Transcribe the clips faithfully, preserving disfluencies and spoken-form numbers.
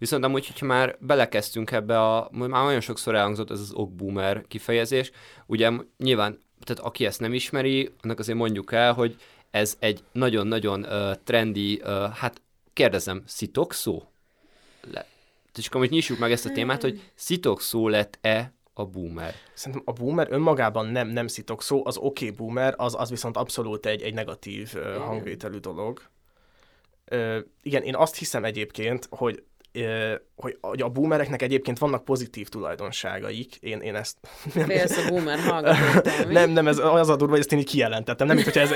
Viszont amúgy, hogyha már belekezdtünk ebbe a, már nagyon sokszor elhangzott ez az okboomer kifejezés, ugye nyilván, tehát aki ezt nem ismeri, annak azért mondjuk el, hogy ez egy nagyon-nagyon uh, trendi, uh, hát kérdezem, szitokszó? Le. És akkor most nyissuk meg ezt a témát, hogy szitokszó lett-e a boomer? Szerintem a boomer önmagában nem, nem szitokszó, az oké okay boomer, az, az viszont abszolút egy, egy negatív uh, hangvételű dolog. Uh, igen, én azt hiszem egyébként, hogy Hogy, hogy a boomereknek egyébként vannak pozitív tulajdonságaik. Én, én ezt... Félsz a boomer hallgatóktól. nem, nem, ez az a durva, hogy ezt én így kijelentettem. Nem, mint hogyha ez...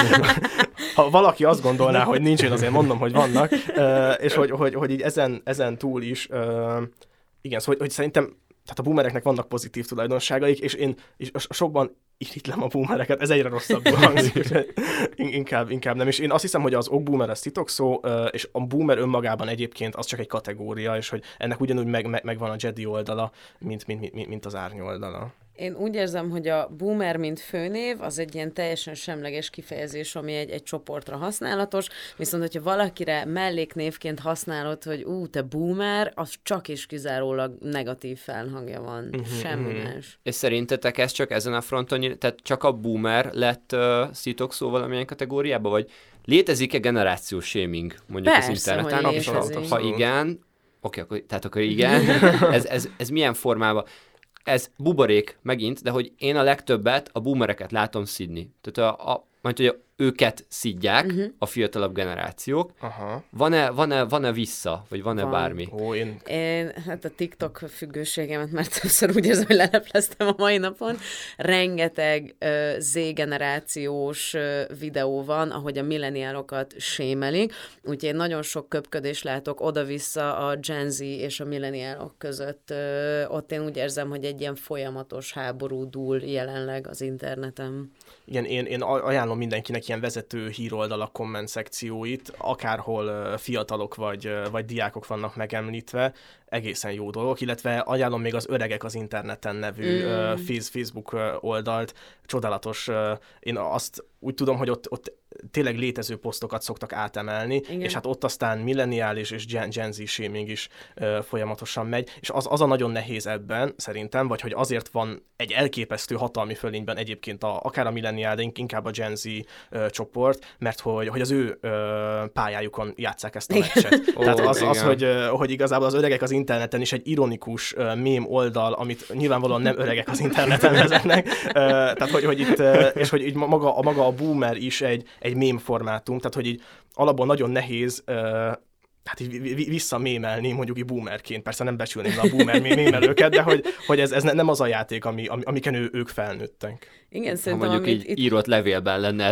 ha valaki azt gondolná, hogy nincs, én azért mondom, hogy vannak, és hogy, hogy, hogy így ezen, ezen túl is, igen, szóval, hogy, hogy szerintem tehát a boomereknek vannak pozitív tulajdonságaik, és én és sokban irigylem a boomereket, ez egyre rosszabbul hangzik, inkább, inkább nem. És én azt hiszem, hogy az okboomer az titokszó, és a boomer önmagában egyébként az csak egy kategória, és hogy ennek ugyanúgy meg, meg, megvan a Jedi oldala, mint, mint, mint, mint az árny oldala. Én úgy érzem, hogy a boomer, mint főnév, az egy ilyen teljesen semleges kifejezés, ami egy, egy csoportra használatos, viszont hogyha valakire melléknévként használod, hogy ú, te boomer, az csak és kizárólag negatív felhangja van. Uh-huh, Semmi uh-huh. más. És szerintetek ez csak ezen a fronton, tehát csak a boomer lett uh, szitokszó valamilyen kategóriába, vagy létezik-e generációs shaming mondjuk Persze, az interneten? hogy Abszolút, ha igen, oké, akkor, tehát akkor igen, ez, ez, ez milyen formában? Ez buborék megint, de hogy én a legtöbbet a boomereket látom szidni. Tehát a, a, majd, hogy őket szidják, uh-huh. a fiatalabb generációk. Aha. Van-e, van-e, van-e vissza, vagy van-e van. bármi? Ó, én... én... Hát a TikTok függőségemet már többször úgy érzem, hogy lelepleztem a mai napon. Rengeteg uh, Z-generációs uh, videó van, ahogy a milleniálokat sémelik. Úgyhogy én nagyon sok köpködést látok oda-vissza a Gen Z és a milleniálok között. Uh, ott én úgy érzem, hogy egy ilyen folyamatos háború dúl jelenleg az interneten. Igen, én, én ajánlom mindenkinek ilyen vezető híroldalak komment szekcióit, akárhol fiatalok vagy, vagy diákok vannak megemlítve, egészen jó dolgok, illetve ajánlom még az Öregek az interneten nevű mm. uh, Facebook oldalt, csodálatos. Uh, én azt úgy tudom, hogy ott, ott tényleg létező posztokat szoktak átemelni, igen. és hát ott aztán milleniális és Gen, Gen Z shaming is uh, folyamatosan megy, és az, az a nagyon nehéz ebben szerintem, vagy hogy azért van egy elképesztő hatalmi fölényben egyébként a, akár a milleniál, de inkább a Gen Z uh, csoport, mert hogy, hogy az ő uh, pályájukon játsszák ezt a meccset. Tehát az, az hogy, uh, hogy igazából az Öregek az interneten is egy ironikus uh, mém oldal, amit nyilvánvalóan nem öregek az interneten vezetnek, uh, tehát hogy, hogy itt, uh, és hogy így maga, a, maga a boomer is egy, egy mém formátum, tehát hogy így alapból nagyon nehéz uh, hát így visszamémelni mondjuk így boomerként, persze nem becsülném a boomer mémelőket, de hogy, hogy ez, ez nem az a játék, ami, amiken ő, ők felnőttek. Igen, ha mondjuk amit így itt... írott levélben lenne.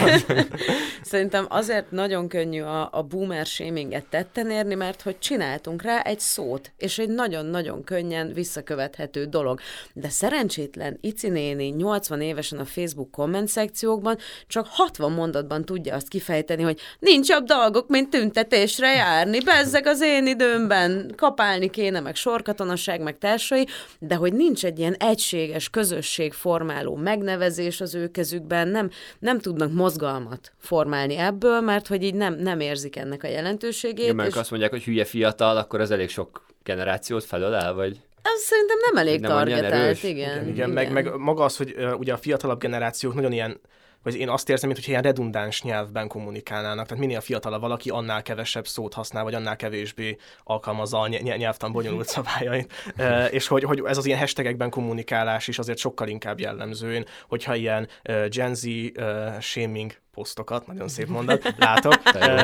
Szerintem azért nagyon könnyű a, a boomer shaminget tetten érni, mert hogy csináltunk rá egy szót, és egy nagyon-nagyon könnyen visszakövethető dolog. De szerencsétlen Ici néni nyolcvan évesen a Facebook komment szekciókban csak hatvan mondatban tudja azt kifejteni, hogy nincs jobb dolgok, mint tüntetésre járni, bezzeg az én időmben, kapálni kéne, meg sorkatonaság, meg társai, de hogy nincs egy ilyen egységes közösségformáló megnevezés az ő kezükben, nem, nem tudnak mozgalmat formálni ebből, mert hogy így nem, nem érzik ennek a jelentőségét. Ja, mert és... azt mondják, hogy hülye fiatal, akkor az elég sok generációt felölel, vagy? Ez szerintem nem elég nem targetált, igen. Igen, igen, igen. Meg, meg maga az, hogy uh, ugye a fiatalabb generációk nagyon ilyen, vagy én azt érzem, mintha ilyen redundáns nyelvben kommunikálnának, tehát minél fiatalabb valaki, annál kevesebb szót használ, vagy annál kevésbé alkalmazza a ny- nyelvtan bonyolult szabályait. uh, és hogy, hogy ez az ilyen hashtagekben kommunikálás is azért sokkal inkább jellemző. Én, hogyha ilyen uh, Gen Z uh, shaming posztokat, nagyon szép mondat, látok.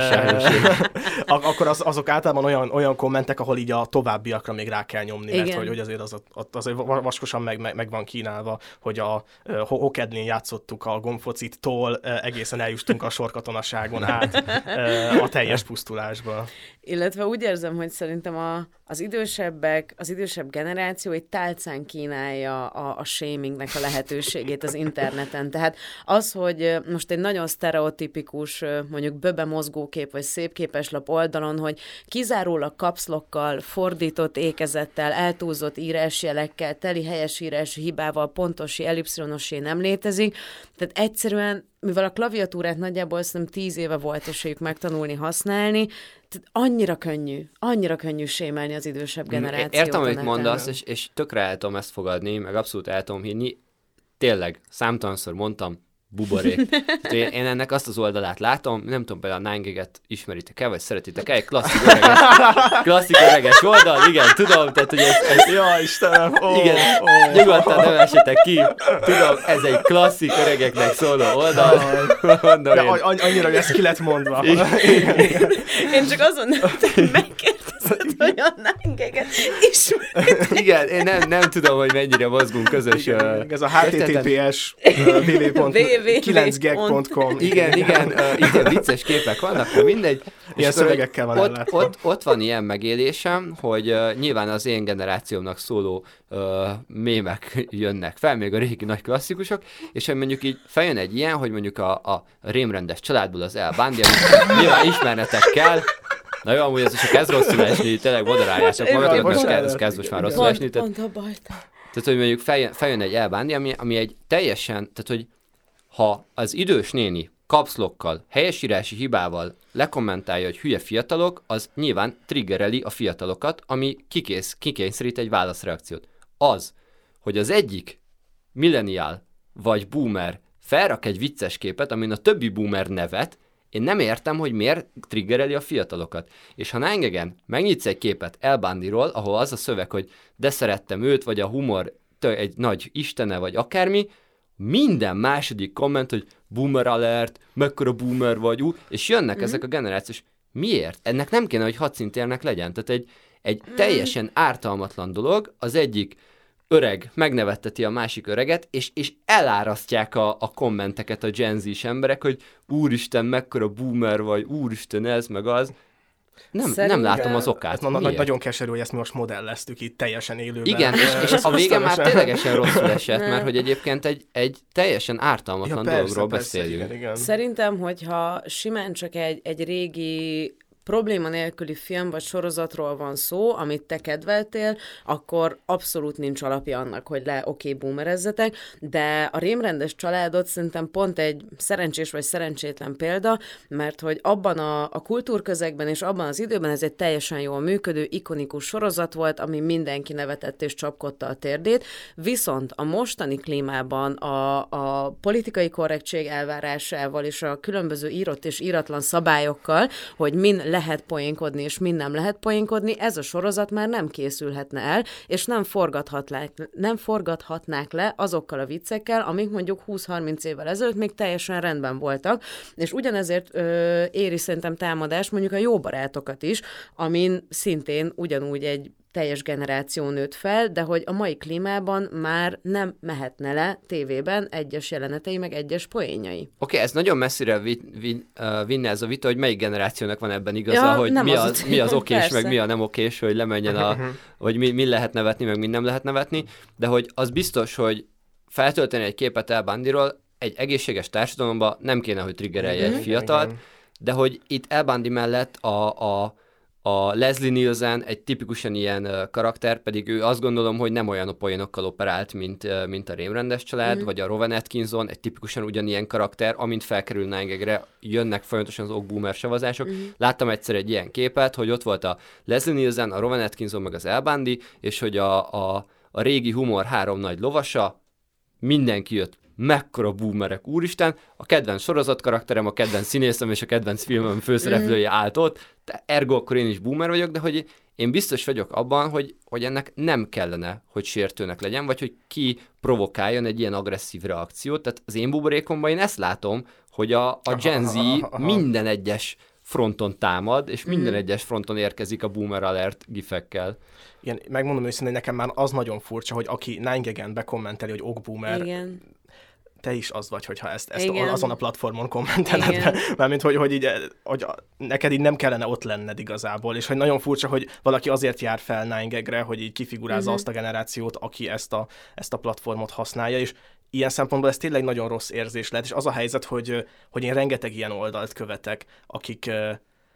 Akkor az, azok általában olyan, olyan kommentek, ahol így a továbbiakra még rá kell nyomni, igen. mert hogy, hogy azért az, az, azért vaskosan meg, meg, meg van kínálva, hogy a uh, Hokedlin játszottuk a gombfocit-tól uh, egészen eljustunk a sorkatonaságon át uh, a teljes pusztulásba. Illetve úgy érzem, hogy szerintem a, az idősebbek, az idősebb generáció egy tálcán kínálja a, a shamingnek a lehetőségét az interneten. Tehát az, hogy most egy nagyon sztereotipikus, mondjuk böbe mozgókép, vagy szépképeslap oldalon, hogy kizárólag kapszlokkal, fordított ékezettel, eltúlzott írásjelekkel, teli helyesírási hibával, pontosi, ellipszilonosé nem létezik. Tehát egyszerűen egyszerűen, mivel a klaviatúrát nagyjából szerintem tíz éve volt esélyük megtanulni, használni, tehát annyira könnyű, annyira könnyű sémelni az idősebb generációt. Értem, amit mondasz, és, és tökre el tudom ezt fogadni, meg abszolút el tudom hinni. Tényleg, számtalanszor mondtam, buborék. Én, én ennek azt az oldalát látom, nem tudom, például a nine giget ismeritek el, vagy szeretitek el, egy klasszik öreges, klasszik öreges oldal, igen, tudom, tehát, hogy ez... ez ja, Istenem! Oh, igen, oh. Nyugodtan nem esetek ki, tudom, ez egy klasszik öregeknek szóló oldal. Mondom, én... An- annyira, hogy ezt ki lett mondva. Én csak azon nem, hogy megkérdezed, hogy a nine giget ismeritek. Igen, én nem, nem tudom, hogy mennyire mozgunk közös... Igen, uh, ez a h t t p s kilenc gag pont com Igen, igen, uh, itt ilyen vicces képek vannak, de mindegy. Ilyen szövegekkel van ott, ellátva. Ott, ott van ilyen megélésem, hogy uh, nyilván az én generációmnak szóló uh, mémek jönnek fel, még a régi nagy klasszikusok, és hogy mondjuk így feljön egy ilyen, hogy mondjuk a, a rémrendes családból az El Bundy, amit nyilván ismernetek kell. Na jó, amúgy ez is kezd rosszul esni, tényleg moderáljátok magatokat, mert kezd, kezd most már rosszul esni. Pont, pont a bajta. Tehát, hogy mondjuk feljön, feljön egy El Bundy, ami, ami egy teljesen, tehát, hogy ha az idős néni kapszlokkal, helyesírási hibával lekommentálja, hogy hülye fiatalok, az nyilván triggereli a fiatalokat, ami kikész, kikényszerít egy válaszreakciót. Az, hogy az egyik millenial vagy boomer felrak egy vicces képet, amin a többi boomer nevet, én nem értem, hogy miért triggereli a fiatalokat. És ha nine gagen megnyitsz egy képet El Bundyról, ahol az a szöveg, hogy de szerettem őt, vagy a humor egy nagy istene, vagy akármi, minden második komment, hogy boomer alert, mekkora boomer vagy, ú, és jönnek mm-hmm. ezek a generációs. Miért? Ennek nem kéne, hogy hadszintérnek legyen. Tehát egy, egy mm. teljesen ártalmatlan dolog, az egyik öreg megnevetteti a másik öreget, és, és elárasztják a, a kommenteket a Gen Z-s emberek, hogy úristen, mekkora boomer vagy, úristen ez, meg az. Nem, nem látom az okát. Na, na, nagyon keserű, hogy ezt mi most modelleztük itt teljesen élőben. Igen, és, és a vége már ténylegesen rosszul esett, mert hogy egyébként egy, egy teljesen ártalmatlan ja, persze, dologról persze, beszéljünk. Igen, igen. Szerintem, hogyha simán csak egy, egy régi probléma nélküli film vagy sorozatról van szó, amit te kedveltél, akkor abszolút nincs alapja annak, hogy le oké, okay, boomerezzetek, de a rémrendes családot szerintem pont egy szerencsés vagy szerencsétlen példa, mert hogy abban a, a kultúrközegben és abban az időben ez egy teljesen jól működő, ikonikus sorozat volt, ami mindenki nevetett és csapkodta a térdét, viszont a mostani klímában a, a politikai korrektség elvárásával és a különböző írott és íratlan szabályokkal, hogy min lehet poénkodni, és mind nem lehet poénkodni, ez a sorozat már nem készülhetne el, és nem forgathatnák, nem forgathatnák le azokkal a viccekkel, amik mondjuk húsz-harminc évvel ezelőtt még teljesen rendben voltak, és ugyanezért ö, éri szerintem támadás mondjuk a Jó barátokat is, amin szintén ugyanúgy egy teljes generáció nőtt fel, de hogy a mai klímában már nem mehetne le tévében egyes jelenetei, meg egyes poénjai. Oké, okay, ez nagyon messzire vi, vi, uh, vinne ez a vita, hogy melyik generációnak van ebben igaza, ja, hogy mi az, az, mi az okés, persze. Meg mi a nem okés, hogy lemenjen a, hogy mi, mi lehet nevetni, meg mi nem lehet nevetni, de hogy az biztos, hogy feltölteni egy képet El Bundyról egy egészséges társadalomban nem kéne, hogy triggerelje egy fiatalt, de hogy itt El Bundy mellett a, a A Leslie Nielsen egy tipikusan ilyen uh, karakter, pedig ő azt gondolom, hogy nem olyan poénokkal operált, mint, uh, mint a rémrendes család, mm-hmm. vagy a Rowan Atkinson, egy tipikusan ugyanilyen karakter, amint felkerül nine gagre, jönnek folyamatosan az ok-boomer savazások. Mm-hmm. Láttam egyszer egy ilyen képet, hogy ott volt a Leslie Nielsen, a Rowan Atkinson, meg az El Bundy, és hogy a, a, a régi humor három nagy lovasa, mindenki jött, mekkora boomerek, úristen, a kedvenc sorozat karakterem, a kedvenc színészem és a kedvenc filmem főszereplője állt ott, de ergo akkor én is boomer vagyok, de hogy én biztos vagyok abban, hogy, hogy ennek nem kellene, hogy sértőnek legyen, vagy hogy ki provokáljon egy ilyen agresszív reakciót. Tehát az én buborékomban én ezt látom, hogy a, a Gen Z minden egyes fronton támad, és minden mm. egyes fronton érkezik a boomer alert gifekkel. Igen, megmondom őszintén, nekem már az nagyon furcsa, hogy aki nine gagen bekommenteli, hogy ok boomer, igen. Te is az vagy, hogyha ezt, ezt azon a platformon kommenteled, mármint, hogy, hogy, így, hogy neked így nem kellene ott lenned igazából, és hogy nagyon furcsa, hogy valaki azért jár fel nine gagre, hogy így kifigurázza uh-huh. azt a generációt, aki ezt a, ezt a platformot használja, és ilyen szempontból ez tényleg nagyon rossz érzés lehet, és az a helyzet, hogy, hogy én rengeteg ilyen oldalt követek, akik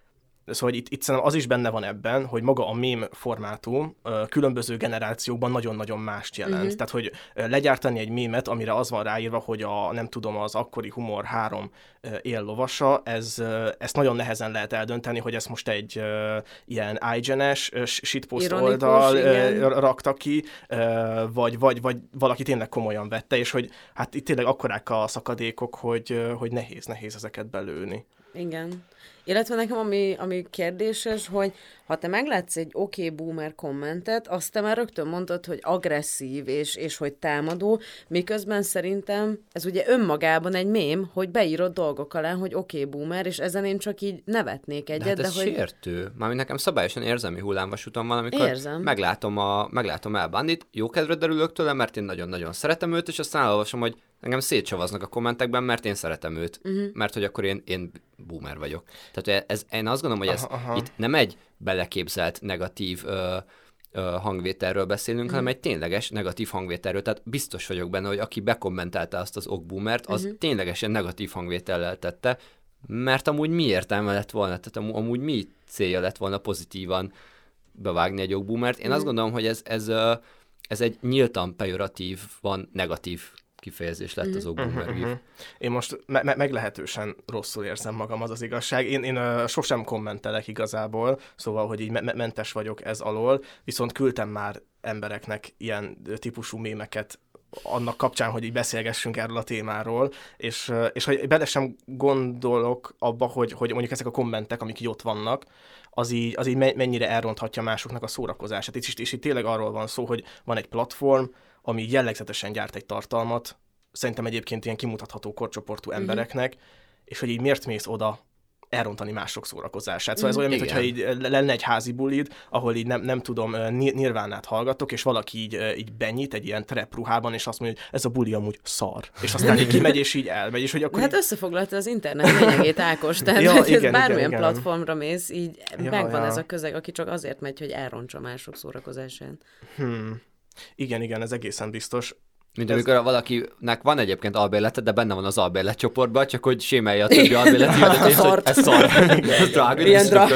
Szóval itt, itt szerintem az is benne van ebben, hogy maga a mém formátum különböző generációkban nagyon-nagyon mást jelent. Uh-huh. Tehát, hogy legyártani egy mémet, amire az van ráírva, hogy a, nem tudom, az akkori humor három éllovasa, ez, ezt nagyon nehezen lehet eldönteni, hogy ezt most egy uh, ilyen iGen-es shitpost ironikus oldal igen. rakta ki, uh, vagy, vagy, vagy valaki tényleg komolyan vette, és hogy hát itt tényleg akkorák a szakadékok, hogy, hogy nehéz, nehéz ezeket belőni. Igen. Illetve nekem ami, ami kérdéses, hogy ha te meglátsz egy oké okay boomer kommentet, azt te már rögtön mondtad, hogy agresszív és, és hogy támadó, miközben szerintem ez ugye önmagában egy mém, hogy beírod dolgok alá, hogy oké okay boomer, és ezen én csak így nevetnék egyet. De hát ez de hogy... sértő. Mármint nekem szabályosan érzelmi hullámvasúton van, amikor Érzem. meglátom, a, meglátom El Bandit, jó kedvre derülök tőle, mert én nagyon-nagyon szeretem őt, és aztán elolvasom, hogy engem szétsavaznak a kommentekben, mert én szeretem őt, uh-huh. mert hogy akkor én, én boomer vagyok. Tehát ez, én azt gondolom, hogy ez aha, aha. itt nem egy beleképzelt negatív ö, ö, hangvételről beszélünk, uh-huh. hanem egy tényleges negatív hangvételről. Tehát biztos vagyok benne, hogy aki bekommentálta azt az okboomert, az uh-huh. ténylegesen negatív hangvétellel tette, mert amúgy mi értelme lett volna, tehát am- amúgy mi célja lett volna pozitívan bevágni egy okboomert. Én uh-huh. azt gondolom, hogy ez, ez, ez egy nyíltan pejoratív, van negatív kifejezés lett az okboomer uh-huh, uh-huh. Én most me- me- meglehetősen rosszul érzem magam, az az igazság. Én, én uh, sosem kommentelek igazából, szóval, hogy így me- mentes vagyok ez alól, viszont küldtem már embereknek ilyen típusú mémeket annak kapcsán, hogy így beszélgessünk erről a témáról, és, uh, és hogy bele sem gondolok abba, hogy, hogy mondjuk ezek a kommentek, amik így ott vannak, az így, az így mennyire elronthatja másoknak a szórakozását. És, és itt tényleg arról van szó, hogy van egy platform, ami jellegzetesen gyárt egy tartalmat, szerintem egyébként ilyen kimutatható korcsoportú mm-hmm. embereknek, és hogy így miért mész oda elrontani mások szórakozását. Szóval ez olyan, mintha így lenne egy házi bulid, ahol így nem, nem tudom, Nirvánát hallgatok, és valaki így, így benyit egy ilyen trap ruhában, és azt mondja, hogy ez a buli amúgy szar. És aztán így kimegy, és így elmegy. És hogy akkor hát így... összefoglalta az internet lényegét, Ákos, tehát ja, hogy igen, bármilyen igen, platformra mész, így ja, megvan ja. ez a közeg, aki csak azért megy, hogy elrontsa mások szórakozását. Hmm. Igen, igen, ez egészen biztos. Mint ez... amikor valakinek van egyébként albérlete, de benne van az albérlet csoportban, csak hogy sémelje a többi albérleti hirdetést, hogy ez szar. Ez drága, ilyen drága.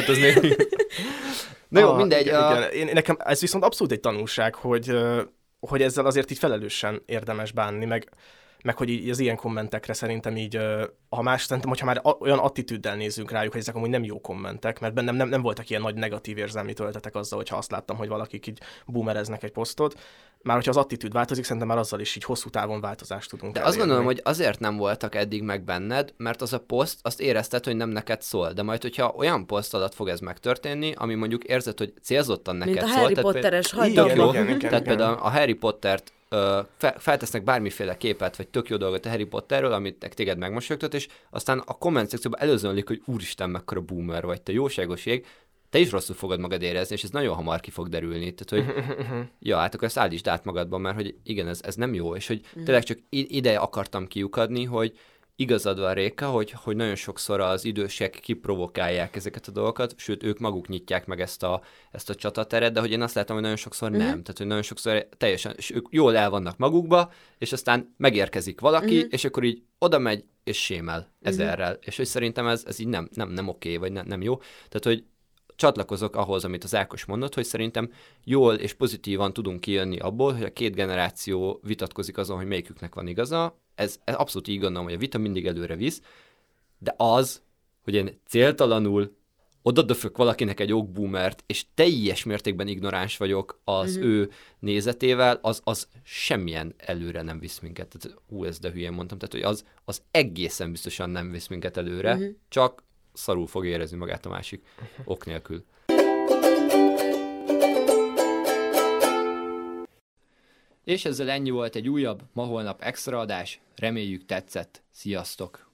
Na jó, mindegy. Igen, a... igen. Én, nekem ez viszont abszolút egy tanulság, hogy, hogy ezzel azért így felelősen érdemes bánni, meg, meg hogy így az ilyen kommentekre szerintem így, ha más, szerintem, hogyha már olyan attitűddel nézzünk rájuk, hogy ezek amúgy nem jó kommentek, mert bennem nem, nem voltak ilyen nagy negatív érzelmi töltetek azzal, hogyha azt láttam, hogy valakik így boomereznek egy posztot. Már hogyha az attitűd változik, szerintem már azzal is így hosszú távon változást tudunk De elérni. Azt gondolom, hogy azért nem voltak eddig meg benned, mert az a poszt, azt érezted, hogy nem neked szól. De majd, hogyha olyan poszt alatt fog ez megtörténni, ami mondjuk érzed, hogy célzottan neked Mint a szól. Harry Potteres hagydogma. Igen, igen, igen, tehát igen. Például a Harry Pottert ö, fe, feltesznek bármiféle képet, vagy tök jó dolgot a Harry Potterről, amit téged megmosolyogtat, és aztán a komment szekcióban előzönlik, hogy úristen, mekkora boomer vagy, te jóságos ég, te is rosszul fogod magad érezni, és ez nagyon hamar ki fog derülni. Tehát, hogy ja, hát akkor ezt állítsd át magadban, mert hogy igen, ez, ez nem jó, és hogy tényleg csak ide akartam kiukadni, hogy igazad van, Réka, hogy, hogy nagyon sokszor az idősek kiprovokálják ezeket a dolgokat, sőt, ők maguk nyitják meg ezt a, ezt a csatateret, de hogy én azt látom, hogy nagyon sokszor nem. Uh-huh. Tehát, hogy nagyon sokszor teljesen, ők jól el vannak magukba, és aztán megérkezik valaki, uh-huh. és akkor így oda megy, és sémel ezerrel. Uh-huh. És hogy szerintem ez, ez így nem, nem, nem oké, vagy nem, nem jó. Tehát, hogy csatlakozok ahhoz, amit az Ákos mondott, hogy szerintem jól és pozitívan tudunk kijönni abból, hogy a két generáció vitatkozik azon, hogy melyiküknek van igaza. Ez, ez abszolút így gondolom, hogy a vita mindig előre visz, de az, hogy én céltalanul odadöfök valakinek egy okboomert, és teljes mértékben ignoráns vagyok az uh-huh. ő nézetével, az, az semmilyen előre nem visz minket. Tehát, hú, ez de hülyén mondtam, tehát hogy az, az egészen biztosan nem visz minket előre, uh-huh. csak szarul fog érezni magát a másik ok nélkül. És ezzel ennyi volt egy újabb Ma Holnap extra adás. Reméljük tetszett. Sziasztok!